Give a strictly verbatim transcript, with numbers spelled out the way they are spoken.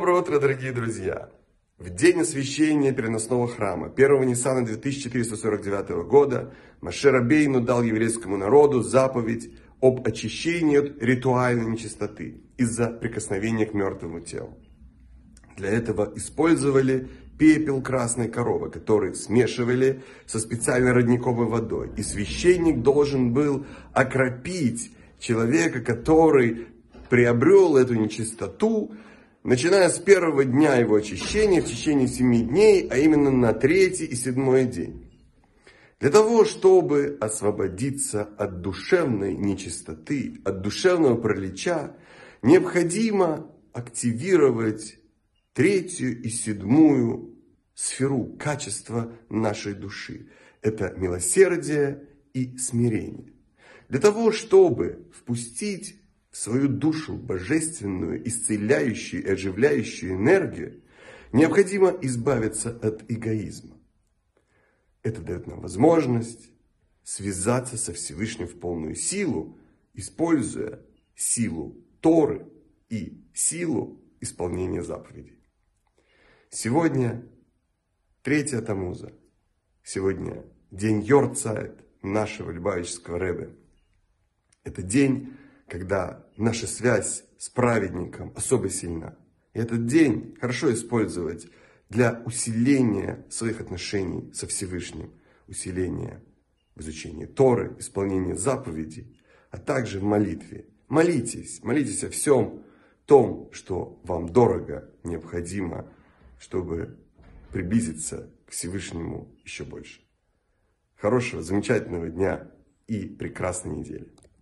Доброе утро, дорогие друзья! В день освящения переносного храма, первого Ниссана две тысячи четыреста сорок девятого года, Моше Рабейну дал еврейскому народу заповедь об очищении от ритуальной нечистоты из-за прикосновения к мертвому телу. Для этого использовали пепел красной коровы, который смешивали со специальной родниковой водой. И священник должен был окропить человека, который приобрел эту нечистоту, начиная с первого дня его очищения в течение семи дней, а именно на третий и седьмой день. Для того, чтобы освободиться от душевной нечистоты, от душевного паралича, необходимо активировать третью и седьмую сферу качества нашей души. Это милосердие и смирение. Для того, чтобы впустить в свою душу божественную, исцеляющую и оживляющую энергию, необходимо избавиться от эгоизма. Это дает нам возможность связаться со Всевышним в полную силу, используя силу Торы и силу исполнения заповедей. Сегодня третье Тамуза. Сегодня день Йорцайт нашего Любавического Ребе. Это день, когда наша связь с праведником особо сильна. И этот день хорошо использовать для усиления своих отношений со Всевышним, усиления в изучении Торы, исполнения заповедей, а также в молитве. Молитесь, молитесь о всем том, что вам дорого, необходимо, чтобы приблизиться к Всевышнему еще больше. Хорошего, замечательного дня и прекрасной недели.